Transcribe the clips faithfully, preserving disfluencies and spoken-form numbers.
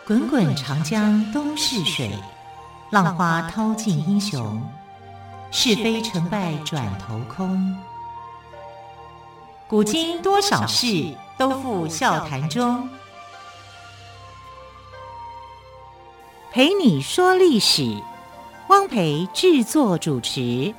滚滚长江东逝水，浪花淘尽英雄。是非成败转头空。古今多少事，都付笑谈中。陪你说历史，汪培制作主持。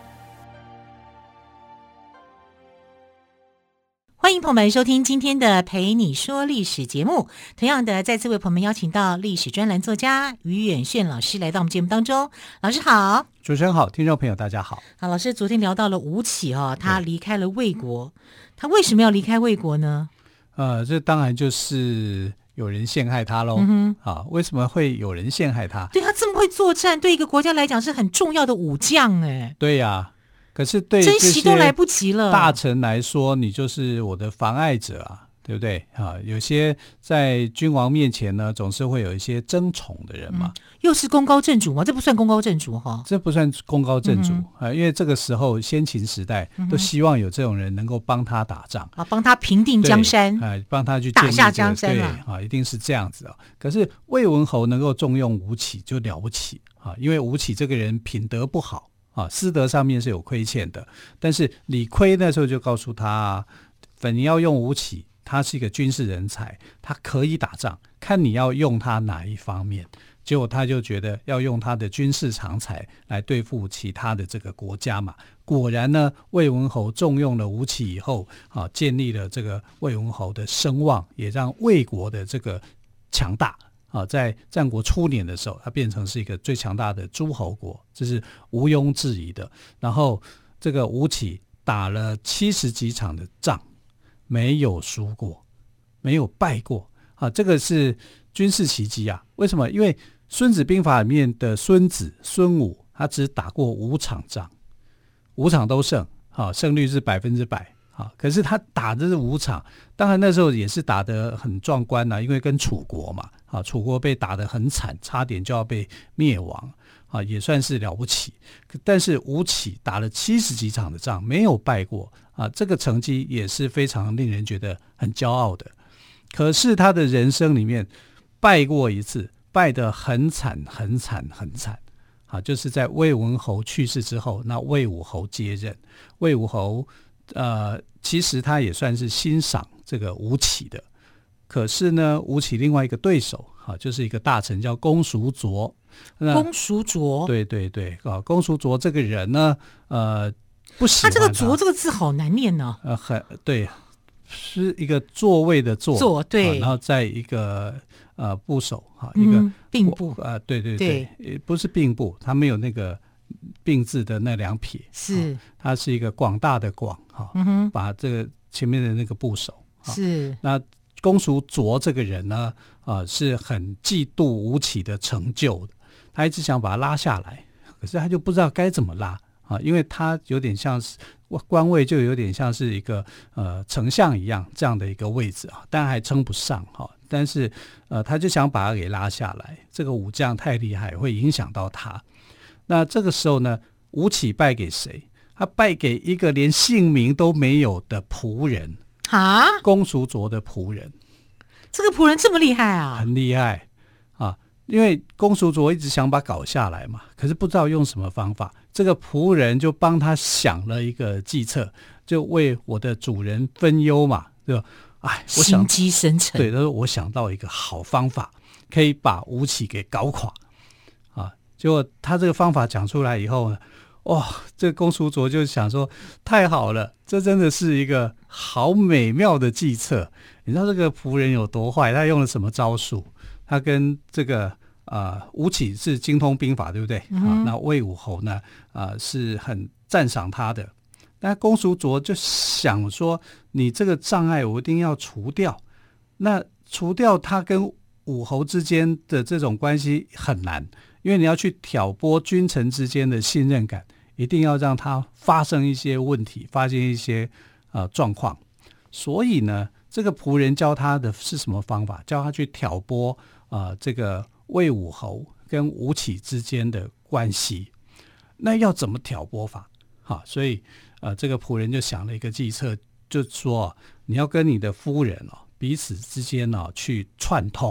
欢迎朋友们收听今天的陪你说历史节目。同样的，再次为朋友们邀请到历史专栏作家于远炫老师来到我们节目当中。老师好。 主持人好，听众朋友大家好。 好，老师昨天聊到了吴起哦，他离开了魏国，他为什么要离开魏国呢？ 呃，这当然就是有人陷害他喽。嗯、啊，为什么会有人陷害他？ 对，他这么会作战，对一个国家来讲是很重要的武将哎。 对呀、啊。可是对珍惜都来不及了， 大臣来说，你就是我的妨碍者啊，对不对啊？有些在君王面前呢，总是会有一些争宠的人嘛。嗯、 又是功高震主吗？这不算功高震主哈， 这不算功高震主、嗯、啊，因为这个时候先秦时代都希望有这种人能够帮他打仗、 嗯、啊，帮他平定江山， 啊，帮他去建立、这个、 打下江山、 啊、对啊，一定是这样子啊。可是魏文侯能够重用吴起就了不起啊，因为吴起这个人品德不好。啊，师德上面是有亏欠的，但是李悝那时候就告诉他，反正你要用吴起，他是一个军事人才，他可以打仗，看你要用他哪一方面。结果他就觉得要用他的军事长才来对付其他的这个国家嘛。果然呢，魏文侯重用了吴起以后，啊，建立了这个魏文侯的声望，也让魏国的这个强大。啊，在战国初年的时候，它变成是一个最强大的诸侯国，这是毋庸置疑的。然后这个吴起打了七十几场的仗，没有输过，没有败过啊，这个是军事奇迹啊！为什么？因为《孙子兵法》里面的孙子孙武，他只打过五场仗，五场都胜，啊，胜率是百分之百。啊，可是他打的是五场，当然那时候也是打得很壮观啦、啊，因为跟楚国嘛，啊，楚国被打得很惨，差点就要被灭亡，啊，也算是了不起。但是吴起打了七十几场的仗，没有败过，啊，这个成绩也是非常令人觉得很骄傲的。可是他的人生里面败过一次，败得很惨，很惨，很惨。啊，就是在魏文侯去世之后，那魏武侯接任，魏武侯。呃，其实他也算是欣赏这个吴起的，可是呢，吴起另外一个对手啊，就是一个大臣叫公叔痤。 公叔痤， 对对对啊，公叔痤这个人呢，呃，不喜欢他。 他这个痤这个字好难念呢、 啊。呃，很对，是一个座位的座， 座对、 啊，然后在一个呃部首哈、嗯，一个并部啊、呃，对对 对, 对，不是并部，他没有那个。并字的那两撇是、哦， 它是一个广大的广哈、嗯，把这个前面的那个部首是。 那公叔痤这个人呢，啊、呃，是很嫉妒吴起的成就的，他一直想把他拉下来，可是他就不知道该怎么拉啊，因为他有点像是官位，就有点像是一个呃丞相一样这样的一个位置啊，但还称不上哈。但是呃，他就想把他给拉下来，这个武将太厉害，会影响到他。那这个时候呢，吴起败给谁？他败给一个连姓名都没有的仆人啊， 公叔痤的仆人。 这个仆人这么厉害啊？ 很厉害啊！因为公叔痤一直想把搞下来嘛，可是不知道用什么方法。这个仆人就帮他想了一个计策，就为我的主人分忧嘛，对吧？哎，我想心机深沉。 对，他说我想到一个好方法，可以把吴起给搞垮。结果他这个方法讲出来以后呢，哇，这个公叔痤就想说太好了，这真的是一个好美妙的计策。你知道这个仆人有多坏？他用了什么招数？他跟这个啊、呃、吴起是精通兵法，对不对？嗯、啊，那魏武侯呢啊、呃、是很赞赏他的。那公叔痤就想说，你这个障碍我一定要除掉。那除掉他跟武侯之间的这种关系很难。因为你要去挑拨君臣之间的信任感，一定要让他发生一些问题，发现一些呃状况。所以呢，这个仆人教他的是什么方法？教他去挑拨啊、呃、这个魏武侯跟吴起之间的关系。那要怎么挑拨法？好，所以呃这个仆人就想了一个计策，就说你要跟你的夫人哦彼此之间哦去串通。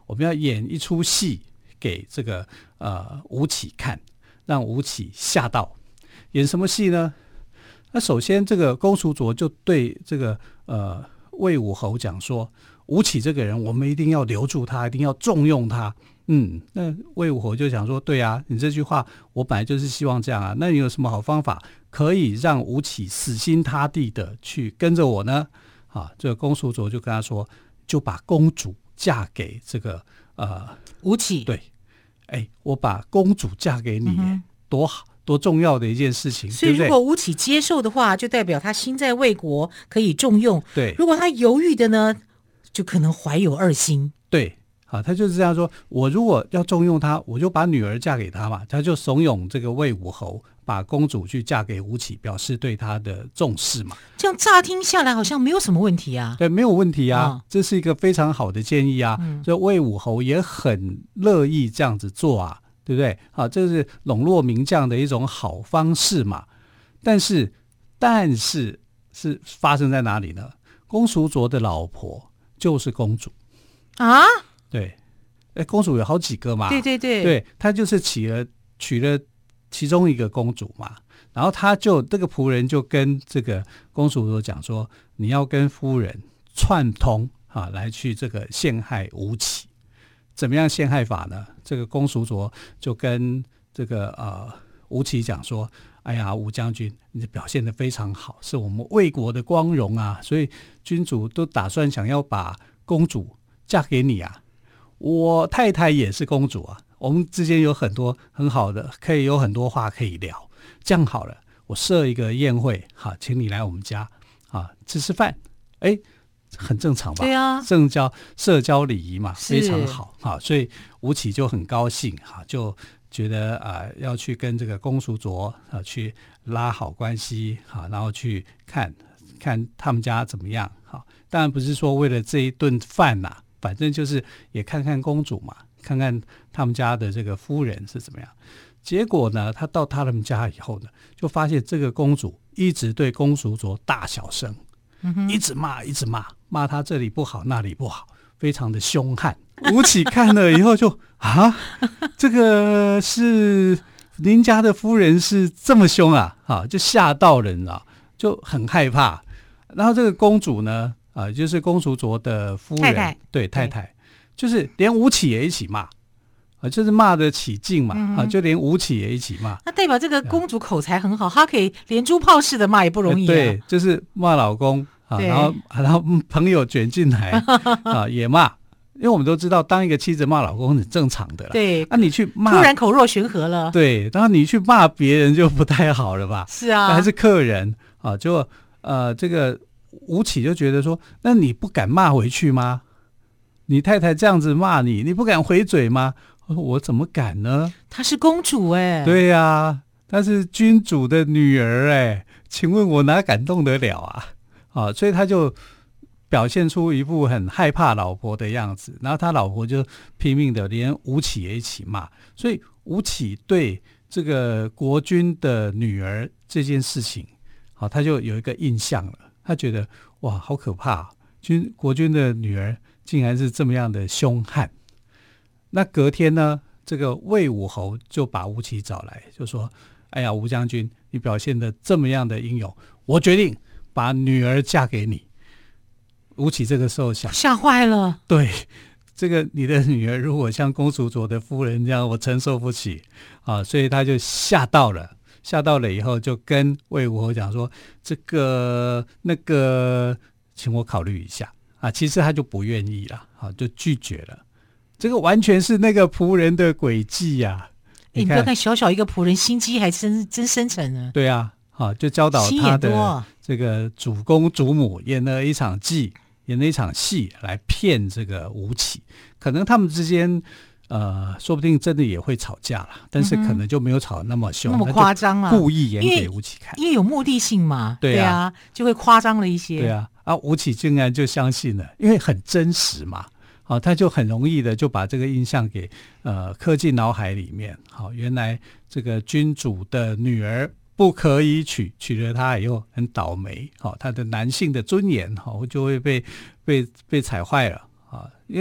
我们要演一出戏给这个呃吴起看，让吴起吓到。演什么戏呢？那首先这个公叔痤就对这个呃魏武侯讲说，吴起这个人我们一定要留住他，一定要重用他。嗯，那魏武侯就想说，对啊，你这句话我本来就是希望这样啊，那你有什么好方法可以让吴起死心塌地的去跟着我呢？啊，这个公叔痤就跟他说，就把公主嫁给这个呃吴起。 对，哎，我把公主嫁给你，嗯、多好多重要的一件事情。 所以如果吴起接受的话，就代表他心在魏国，可以重用。 对， 如果他犹豫的呢，就可能怀有二心。 对。啊，他就是这样说，我如果要重用他，我就把女儿嫁给他嘛。他就怂恿这个魏武侯把公主去嫁给吴起，表示对他的重视嘛。 这样乍听下来好像没有什么问题啊。 对，没有问题啊， 哦、 这是一个非常好的建议啊。嗯、所以魏武侯也很乐意这样子做啊，对不对？啊，这是笼络名将的一种好方式嘛。但是，但是是发生在哪里呢？公叔痤的老婆就是公主啊。 对，哎，公主有好几个嘛， 对对对， 对，他就是娶了娶了其中一个公主嘛，然后他就这个仆人就跟这个公叔痤讲说，你要跟夫人串通啊，来去这个陷害吴起。怎么样陷害法呢？这个公叔痤就跟这个呃吴起讲说，哎呀，吴将军，你表现得非常好，是我们魏国的光荣啊，所以君主都打算想要把公主嫁给你啊。我太太也是公主啊，我们之间有很多很好的，可以有很多话可以聊。这样好了，我设一个宴会，好，请你来我们家啊吃吃饭，哎，很正常吧？ 对啊， 社交社交礼仪嘛，非常好啊。所以吴起就很高兴哈，就觉得啊、呃、要去跟这个公叔痤啊去拉好关系哈，然后去看看他们家怎么样哈。当然不是说为了这一顿饭呐、啊。反正就是也看看公主嘛，看看他们家的这个夫人是怎么样。结果呢，他到他们家以后呢，就发现这个公主一直对公叔痤大小声，嗯、一直骂，一直骂，骂他这里不好那里不好，非常的凶悍。吴起看了以后就啊，这个是您家的夫人是这么凶啊，啊，就吓到人了，就很害怕。然后这个公主呢？啊、呃，就是公叔痤的夫人， 太太对太太，就是连吴起也一起骂，啊、呃，就是骂得起劲嘛，嗯、啊，就连吴起也一起骂。 那代表这个公主口才很好，她可以连珠炮似的骂也不容易、啊呃。对，就是骂老公啊，然后然后朋友卷进来啊也骂，因为我们都知道，当一个妻子骂老公是正常的啦。 对， 啊，你去骂， 突然口若悬河了。 对，然后你去骂别人就不太好了吧？ 是啊， 还是客人啊，就呃这个。吴起就觉得说，那你不敢骂回去吗？你太太这样子骂你，你不敢回嘴吗？我怎么敢呢？ 她是公主哎、欸， 对呀、啊，她是君主的女儿哎、欸，请问我哪敢动得了啊？啊，所以他就表现出一副很害怕老婆的样子，然后他老婆就拼命的连吴起也一起骂，所以吴起对这个国君的女儿这件事情，好，他就有一个印象了。他觉得哇，好可怕、啊！君国君的女儿竟然是这么样的凶悍。那隔天呢，这个魏武侯就把吴起找来，就说：“哎呀，吴将军，你表现得这么样的英勇，我决定把女儿嫁给你。”吴起这个时候想， 吓坏了。 对，这个你的女儿如果像公叔痤的夫人这样，我承受不起啊，所以他就吓到了。吓到了以后，就跟魏武侯讲说：“这个那个，请我考虑一下啊。”其实他就不愿意了，啊，就拒绝了。这个完全是那个仆人的诡计呀！ 你不要看小小一个仆人，心机还真真深沉呢。 对啊，啊，就教导他的这个主公主母演了一场计，演了一场戏来骗这个吴起。可能他们之间。呃，说不定真的也会吵架了，但是可能就没有吵那么凶， 嗯、那么夸张啊， 故意演给吴起看， 因为有目的性嘛， 对 啊, 对啊，就会夸张了一些， 对啊，啊，吴起竟然就相信了，因为很真实嘛，好、啊，他就很容易的就把这个印象给呃刻进脑海里面，好、啊，原来这个君主的女儿不可以娶，娶了她以后很倒霉，好、啊，他的男性的尊严好、啊、就会被被被踩坏了啊，因为。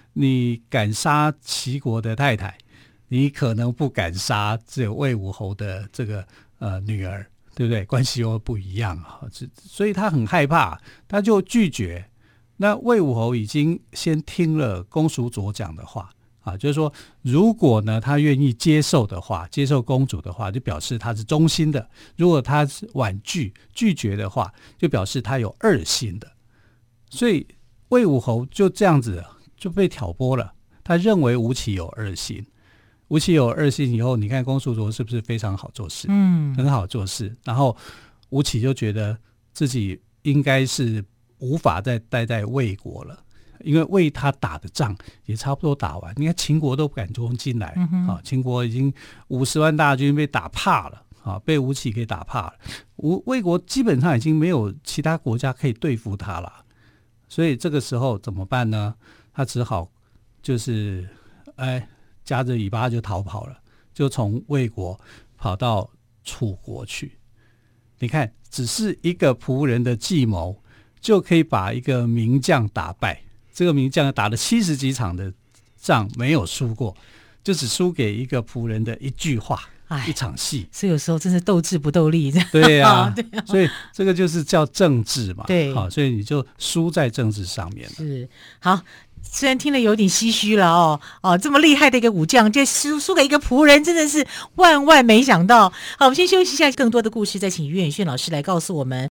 你敢杀齐国的太太，你可能不敢杀这个魏武侯的这个呃女儿，对不对？关系又不一样啊，所以他很害怕，他就拒绝。那魏武侯已经先听了公叔佐讲的话啊，就是说，如果呢他愿意接受的话，接受公主的话，就表示他是忠心的；如果他是婉拒拒绝的话，就表示他有二心的。所以魏武侯就这样子就被挑拨了，他认为吴起有二心。吴起有二心以后，你看公叔佐是不是非常好做事？嗯，很好做事。然后吴起就觉得自己应该是无法再待在魏国了，因为为他打的仗也差不多打完。你看秦国都不敢攻进来、嗯啊、秦国已经五十万大军被打怕了、啊、被吴起给打怕了。吴魏国基本上已经没有其他国家可以对付他了，所以这个时候怎么办呢？他只好就是哎夹着尾巴就逃跑了，就从魏国跑到楚国去。你看，只是一个仆人的计谋就可以把一个名将打败。这个名将打了七十几场的仗没有输过，就只输给一个仆人的一句话，一场戏。 所以有时候真是斗智不斗力。 对啊, 对啊，所以这个就是叫政治嘛。 对， 好，所以你就输在政治上面了。 是，好。虽然听了有点唏嘘了哦哦，这么厉害的一个武将，就输输给一个仆人，真的是万万没想到。好，我们先休息一下，更多的故事再请于远炫老师来告诉我们。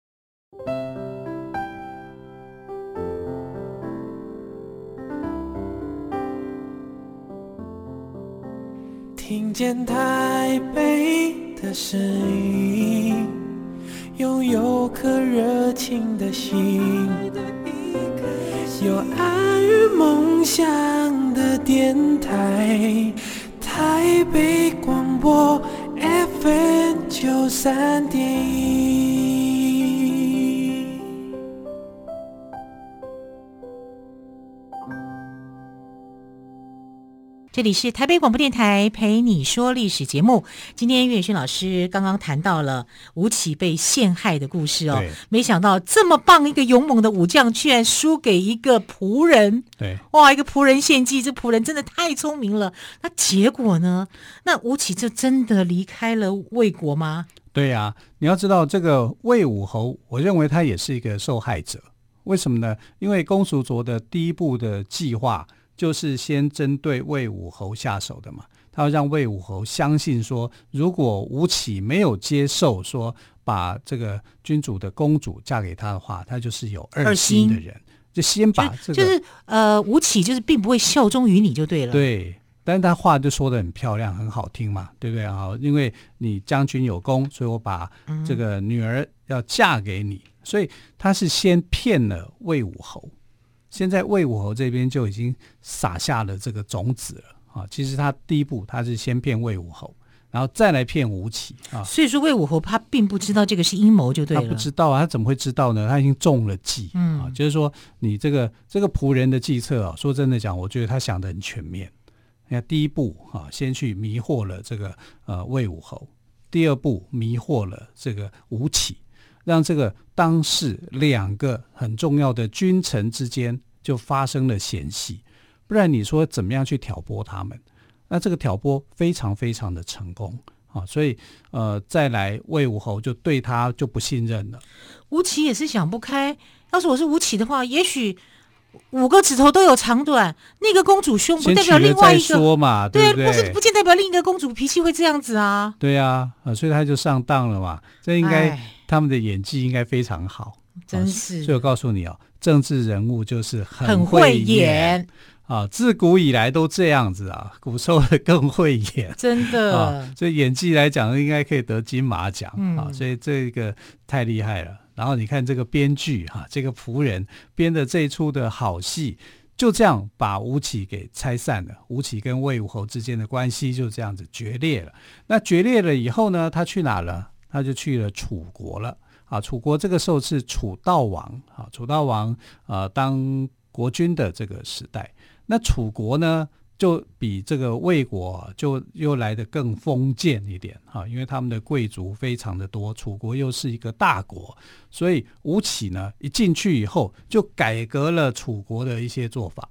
听见台北的声音，拥有颗热情的心，有爱与梦想的电台，台北广播 F M 九三点一。 这里是台北广播电台陪你说历史节目。今天岳轩老师刚刚谈到了吴起被陷害的故事哦，没想到这么棒一个勇猛的武将，居然输给一个仆人。 对， 哇，一个仆人献计，这仆人真的太聪明了。那结果呢？那吴起就真的离开了魏国吗？ 对啊，你要知道这个魏武侯，我认为他也是一个受害者。为什么呢？因为公叔佐的第一步的计划就是先针对魏武侯下手的嘛，他要让魏武侯相信说，如果吴起没有接受说把这个君主的公主嫁给他的话，他就是有二心的人，就先把这个就、就是呃吴起就是并不会效忠于你就对了。 对，但是他话就说得很漂亮，很好听嘛，对不对啊？因为你将军有功，所以我把这个女儿要嫁给你，嗯、所以他是先骗了魏武侯。现在魏武侯这边就已经撒下了这个种子了啊！其实他第一步他是先骗魏武侯，然后再来骗吴起啊。 所以说魏武侯他并不知道这个是阴谋就对了。 他不知道啊，他怎么会知道呢？他已经中了计、嗯、啊！就是说你这个这个仆人的计策啊，说真的讲，我觉得他想得很全面。你看第一步啊，先去迷惑了这个呃魏武侯；第二步迷惑了这个吴起。让这个当时两个很重要的君臣之间就发生了嫌隙，不然你说怎么样去挑拨他们？那这个挑拨非常非常的成功啊，所以呃，再来魏武侯就对他就不信任了。 吴起也是想不开，要是我是吴起的话，也许五个指头都有长短，那个公主凶不代表另外一个， 先娶了再说嘛，对不对？ 对，不是不见代表另一个公主脾气会这样子啊。 对啊，啊所以他就上当了嘛。这应该他们的演技应该非常好， 真是、 啊。所以我告诉你哦，政治人物就是很很会演啊，自古以来都这样子啊，古时候的更会演， 真的啊。所以演技来讲，应该可以得金马奖、嗯、啊。所以这个太厉害了。然后你看这个编剧哈、啊，这个仆人编的这一出的好戏，就这样把吴起给拆散了。吴起跟魏武侯之间的关系就这样子决裂了。那决裂了以后呢，他去哪了？他就去了楚国了啊。楚国这个时候是楚悼王啊，楚悼王呃当国君的这个时代。那楚国呢，就比这个魏国就又来得更封建一点哈，因为他们的贵族非常的多，楚国又是一个大国，所以吴起呢一进去以后就改革了楚国的一些做法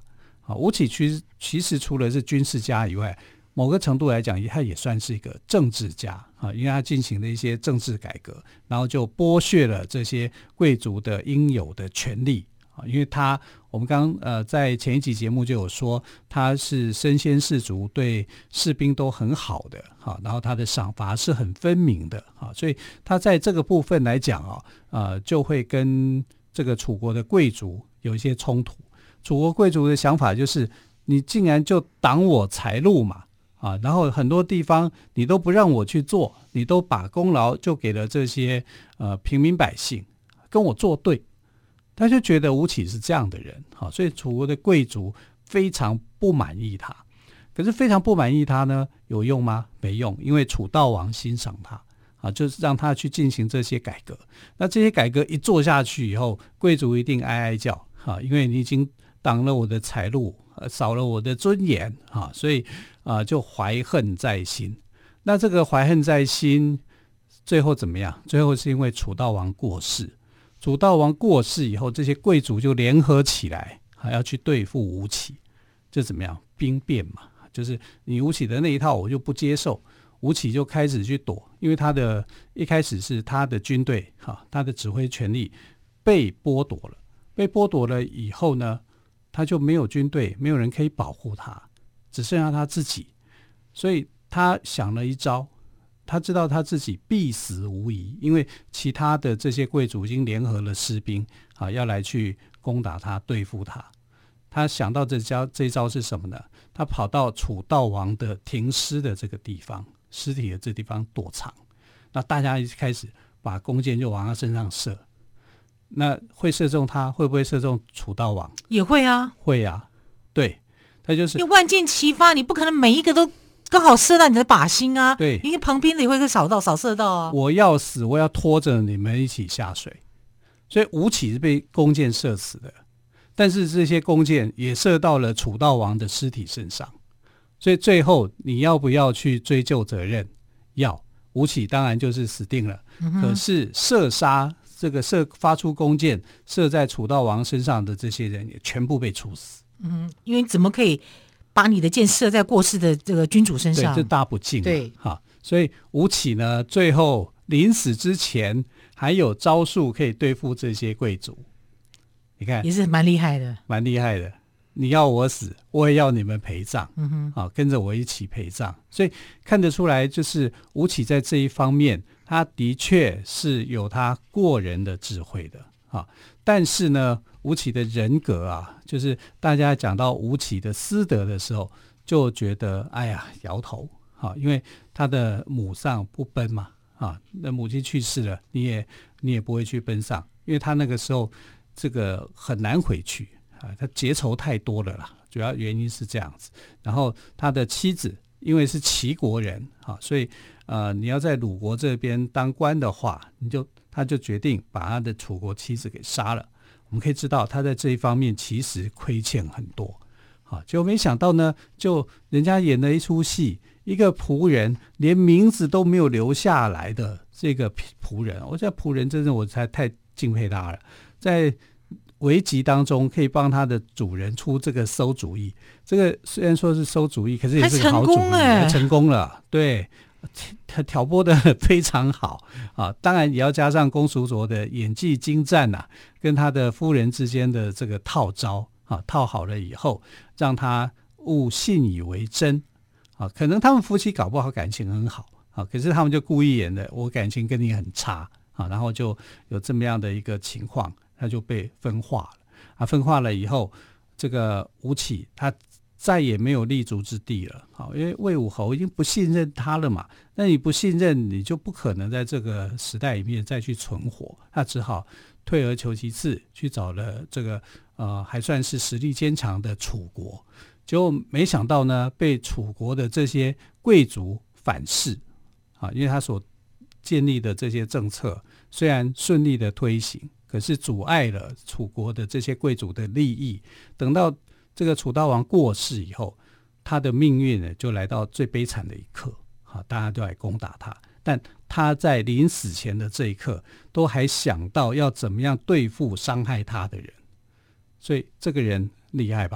啊，吴起其实其实除了是军事家以外，某个程度来讲，他也算是一个政治家啊，因为他进行了一些政治改革，然后就剥削了这些贵族的应有的权利啊。因为他我们刚呃在前一集节目就有说，他是身先士卒，对士兵都很好的啊，然后他的赏罚是很分明的啊，所以他在这个部分来讲啊，呃就会跟这个楚国的贵族有一些冲突。楚国贵族的想法就是，你竟然就挡我财路嘛。啊，然后很多地方你都不让我去做，你都把功劳就给了这些呃平民百姓，跟我作对，他就觉得吴起是这样的人，好，所以楚国的贵族非常不满意他。可是非常不满意他呢，有用吗？没用，因为楚悼王欣赏他，啊，就是让他去进行这些改革。那这些改革一做下去以后，贵族一定哀哀叫，啊，因为你已经挡了我的财路，呃，少了我的尊严，啊，所以啊、呃，就怀恨在心。那这个怀恨在心，最后怎么样？最后是因为楚悼王过世。楚悼王过世以后，这些贵族就联合起来，还要去对付吴起。这怎么样？兵变嘛，就是你吴起的那一套我就不接受。吴起就开始去躲，因为他的一开始是他的军队，哈，他的指挥权力被剥夺了。被剥夺了以后呢，他就没有军队，没有人可以保护他，只剩下他自己。所以他想了一招，他知道他自己必死无疑，因为其他的这些贵族已经联合了士兵啊，要来去攻打他，对付他。他想到这招，这一招是什么呢？他跑到楚悼王的停尸的这个地方，尸体的这地方躲藏。那大家一开始把弓箭就往他身上射。那会射中他，会不会射中楚悼王？ 也会啊， 会啊，对，他就是因为万箭齐发，你不可能每一个都刚好射到你的靶心啊。 对， 因为旁边的也会扫到扫射到啊。 我要死，我要拖着你们一起下水。所以吴起是被弓箭射死的，但是这些弓箭也射到了楚悼王的尸体身上。所以最后你要不要去追究责任？要，吴起当然就是死定了。嗯、可是射杀。这个射发出弓箭射在楚悼王身上的这些人也全部被处死。 嗯，因为怎么可以把你的箭射在过世的这个君主身上？ 对，这大不敬。 对， 好，所以吴起呢，最后临死之前还有招数可以对付这些贵族。你看， 也是蛮厉害的， 蛮厉害的。你要我死，我也要你们陪葬。 嗯哼， 好，跟着我一起陪葬。所以看得出来，就是吴起在这一方面。他的确是有他过人的智慧的啊，但是呢，吴起的人格啊，就是大家讲到吴起的私德的时候，就觉得哎呀摇头啊，因为他的母丧不奔嘛啊，那母亲去世了，你也你也不会去奔丧，因为他那个时候这个很难回去啊，他结仇太多了啦，主要原因是这样子。然后他的妻子因为是齐国人啊，所以。呃，你要在鲁国这边当官的话，你就他就决定把他的楚国妻子给杀了。我们可以知道，他在这一方面其实亏欠很多，啊，结果没想到呢，就人家演了一出戏，一个仆人连名字都没有留下来的这个仆人，我觉得仆人真的我才太敬佩他了，在危急当中可以帮他的主人出这个馊主意。这个虽然说是馊主意，可是也是个好主意， 还成功欸， 还成功了，对。他挑拨的非常好啊，当然也要加上公叔痤的演技精湛啊，跟他的夫人之间的这个套招啊，套好了以后，让他误信以为真啊。可能他们夫妻搞不好感情很好啊，可是他们就故意演的我感情跟你很差啊，然后就有这么样的一个情况，他就被分化了啊。分化了以后，这个吴起他。再也没有立足之地了，好，因为魏武侯已经不信任他了嘛。那你不信任，你就不可能在这个时代里面再去存活。他只好退而求其次，去找了这个呃还算是实力坚强的楚国。结果没想到呢，被楚国的这些贵族反噬啊，因为他所建立的这些政策虽然顺利的推行，可是阻碍了楚国的这些贵族的利益。等到这个楚悼王过世以后，他的命运呢就来到最悲惨的一刻，好，大家都来攻打他，但他在临死前的这一刻，都还想到要怎么样对付伤害他的人，所以这个人厉害吧？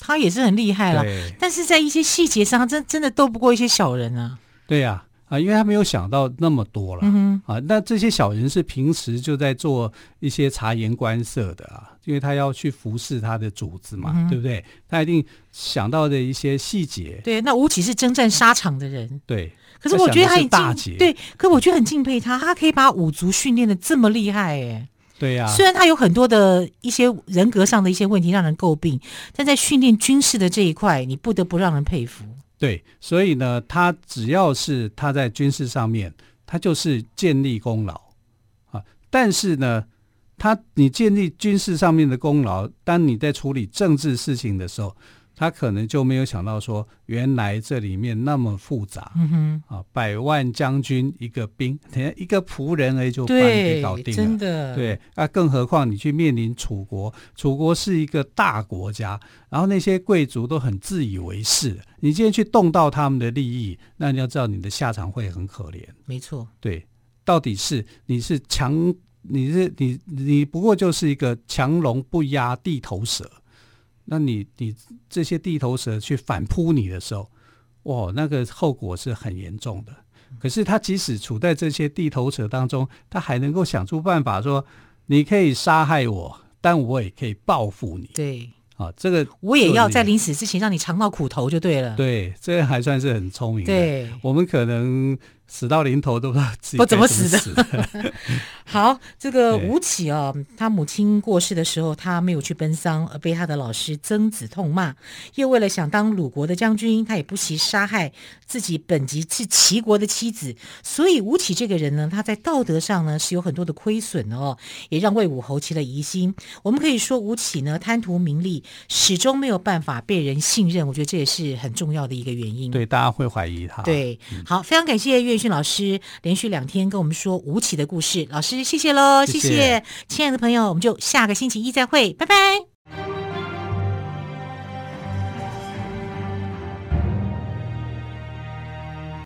他也是很厉害了，但是在一些细节上，真真的斗不过一些小人啊。 对呀、啊，啊，因为他没有想到那么多了、 嗯、 啊。那这些小人是平时就在做一些察言观色的啊，因为他要去服侍他的主子嘛，嗯、对不对？他一定想到的一些细节。 对，那吴起是征战沙场的人， 对。 可是我觉得他已经大捷， 对，可我觉得很敬佩他，他可以把五族训练的这么厉害，哎。 对呀、啊， 虽然他有很多的一些人格上的一些问题让人诟病，但在训练军事的这一块，你不得不让人佩服。 对，所以呢，他只要是他在军事上面，他就是建立功劳啊。但是呢，他你建立军事上面的功劳，当你在处理政治事情的时候，他可能就没有想到说，原来这里面那么复杂， 嗯哼， 啊，百万将军一个兵，等下一个仆人而已就把你给搞定了， 真的， 对啊，更何况你去面临楚国，楚国是一个大国家，然后那些贵族都很自以为是，你今天去动到他们的利益，那你要知道你的下场会很可怜。 没错， 对，到底是你是强，你是你你不过就是一个强龙不压地头蛇。那你你这些地头蛇去反扑你的时候，哇，那个后果是很严重的。可是他即使处在这些地头蛇当中，他还能够想出办法说，你可以杀害我，但我也可以报复你。 对， 啊，这个我也要在临死之前让你尝到苦头就对了。 对，这个还算是很聪明的。 对， 我们可能死到临头都不知道自己不怎么死的。 死的好，这个吴起啊，他母亲过世的时候，他没有去奔丧，而被他的老师曾子痛骂。又为了想当鲁国的将军，他也不惜杀害自己本籍是齐国的妻子。所以吴起这个人呢，他在道德上呢是有很多的亏损的哦，也让魏武侯起了疑心。我们可以说吴起呢贪图名利，始终没有办法被人信任。我觉得这也是很重要的一个原因。 对，大家会怀疑他。 对，嗯、好，非常感谢岳训老师连续两天跟我们说吴起的故事，老师谢谢喽，谢谢，谢谢亲爱的朋友，我们就下个星期一再会，拜拜。